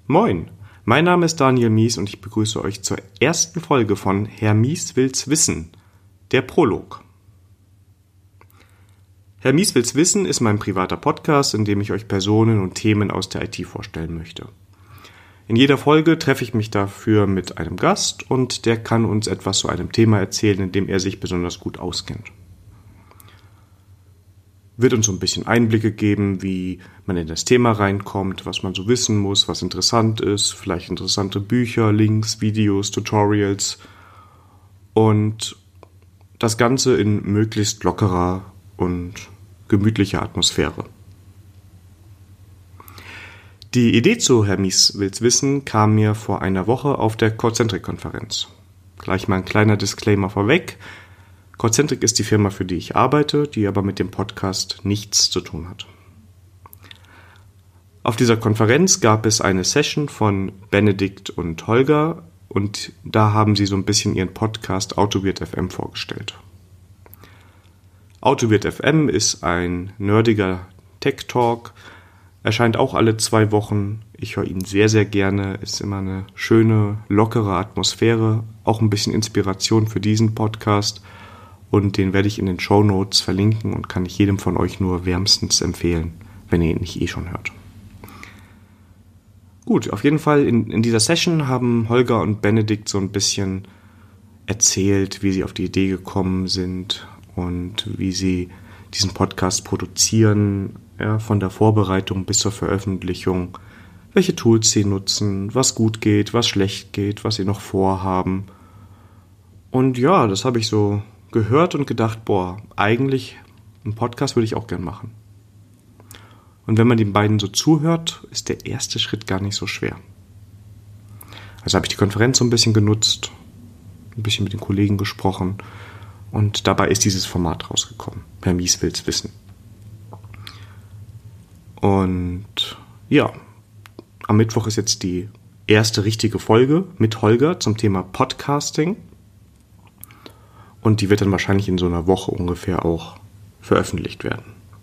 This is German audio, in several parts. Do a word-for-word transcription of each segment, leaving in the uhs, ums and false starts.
Moin, mein Name ist Daniel Mies und ich begrüße euch zur ersten Folge von Herr Mies will's wissen, der Prolog. Herr Mies will's wissen ist mein privater Podcast, in dem ich euch Personen und Themen aus der I T vorstellen möchte. In jeder Folge treffe ich mich dafür mit einem Gast und der kann uns etwas zu einem Thema erzählen, in dem er sich besonders gut auskennt. Wird uns so ein bisschen Einblicke geben, wie man in das Thema reinkommt, was man so wissen muss, was interessant ist, vielleicht interessante Bücher, Links, Videos, Tutorials und das Ganze in möglichst lockerer und gemütlicher Atmosphäre. Die Idee zu Herr Mies will's wissen kam mir vor einer Woche auf der Codecentric-Konferenz. Gleich mal ein kleiner Disclaimer vorweg. Codecentric ist die Firma, für die ich arbeite, die aber mit dem Podcast nichts zu tun hat. Auf dieser Konferenz gab es eine Session von Benedikt und Holger und da haben sie so ein bisschen ihren Podcast Autoweird F M vorgestellt. Autoweird F M ist ein nerdiger Tech-Talk, erscheint auch alle zwei Wochen. Ich höre ihn sehr, sehr gerne, ist immer eine schöne, lockere Atmosphäre, auch ein bisschen Inspiration für diesen Podcast. Und den werde ich in den Shownotes verlinken und kann ich jedem von euch nur wärmstens empfehlen, wenn ihr ihn nicht eh schon hört. Gut, auf jeden Fall in, in dieser Session haben Holger und Benedikt so ein bisschen erzählt, wie sie auf die Idee gekommen sind und wie sie diesen Podcast produzieren, ja, von der Vorbereitung bis zur Veröffentlichung, welche Tools sie nutzen, was gut geht, was schlecht geht, was sie noch vorhaben. Und ja, das habe ich so gehört und gedacht, boah, eigentlich einen Podcast würde ich auch gern machen. Und wenn man den beiden so zuhört, ist der erste Schritt gar nicht so schwer. Also habe ich die Konferenz so ein bisschen genutzt, ein bisschen mit den Kollegen gesprochen und dabei ist dieses Format rausgekommen. Herr Mies will's wissen. Und ja, am Mittwoch ist jetzt die erste richtige Folge mit Holger zum Thema Podcasting. Und die wird dann wahrscheinlich in so einer Woche ungefähr auch veröffentlicht werden.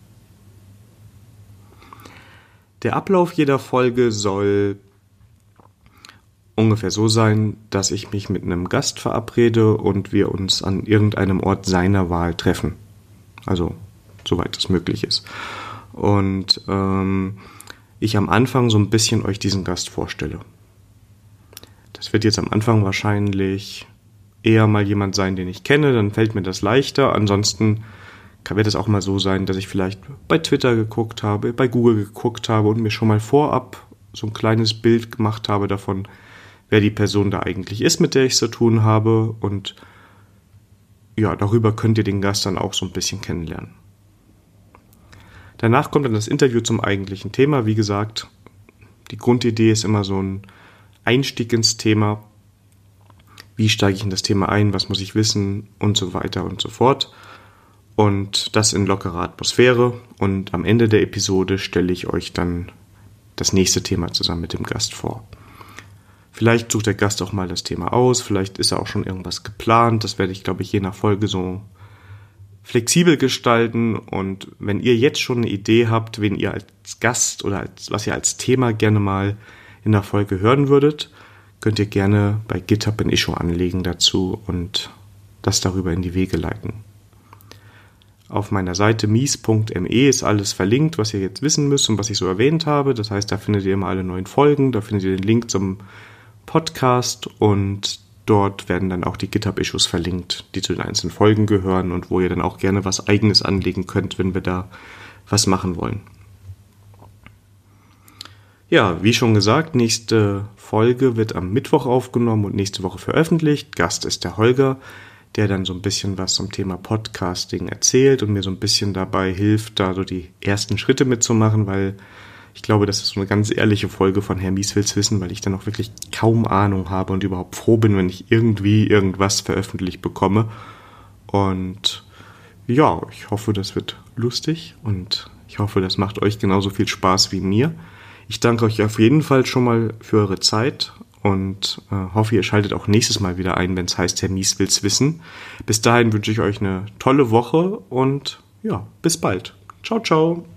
Der Ablauf jeder Folge soll ungefähr so sein, dass ich mich mit einem Gast verabrede und wir uns an irgendeinem Ort seiner Wahl treffen. Also, soweit es möglich ist. Und ähm, ich am Anfang so ein bisschen euch diesen Gast vorstelle. Das wird jetzt am Anfang wahrscheinlich eher mal jemand sein, den ich kenne, dann fällt mir das leichter. Ansonsten kann, wird es auch mal so sein, dass ich vielleicht bei Twitter geguckt habe, bei Google geguckt habe und mir schon mal vorab so ein kleines Bild gemacht habe davon, wer die Person da eigentlich ist, mit der ich zu tun habe. Und ja, darüber könnt ihr den Gast dann auch so ein bisschen kennenlernen. Danach kommt dann das Interview zum eigentlichen Thema. Wie gesagt, die Grundidee ist immer so ein Einstieg ins Thema. Wie steige ich in das Thema ein, was muss ich wissen und so weiter und so fort. Und das in lockerer Atmosphäre. Und am Ende der Episode stelle ich euch dann das nächste Thema zusammen mit dem Gast vor. Vielleicht sucht der Gast auch mal das Thema aus, vielleicht ist er auch schon irgendwas geplant. Das werde ich, glaube ich, je nach Folge so flexibel gestalten. Und wenn ihr jetzt schon eine Idee habt, wen ihr als Gast oder als, was ihr als Thema gerne mal in der Folge hören würdet, könnt ihr gerne bei GitHub ein Issue anlegen dazu und das darüber in die Wege leiten. Auf meiner Seite mies punkt me ist alles verlinkt, was ihr jetzt wissen müsst und was ich so erwähnt habe. Das heißt, da findet ihr immer alle neuen Folgen, da findet ihr den Link zum Podcast und dort werden dann auch die GitHub-Issues verlinkt, die zu den einzelnen Folgen gehören und wo ihr dann auch gerne was Eigenes anlegen könnt, wenn wir da was machen wollen. Ja, wie schon gesagt, nächste Folge wird am Mittwoch aufgenommen und nächste Woche veröffentlicht. Gast ist der Holger, der dann so ein bisschen was zum Thema Podcasting erzählt und mir so ein bisschen dabei hilft, da so die ersten Schritte mitzumachen, weil ich glaube, das ist so eine ganz ehrliche Folge von Herr Mies will's wissen, weil ich dann auch wirklich kaum Ahnung habe und überhaupt froh bin, wenn ich irgendwie irgendwas veröffentlicht bekomme. Und ja, ich hoffe, das wird lustig und ich hoffe, das macht euch genauso viel Spaß wie mir. Ich danke euch auf jeden Fall schon mal für eure Zeit und äh, hoffe, ihr schaltet auch nächstes Mal wieder ein, wenn es heißt, Herr Mies will's wissen. Bis dahin wünsche ich euch eine tolle Woche und ja, bis bald. Ciao, ciao.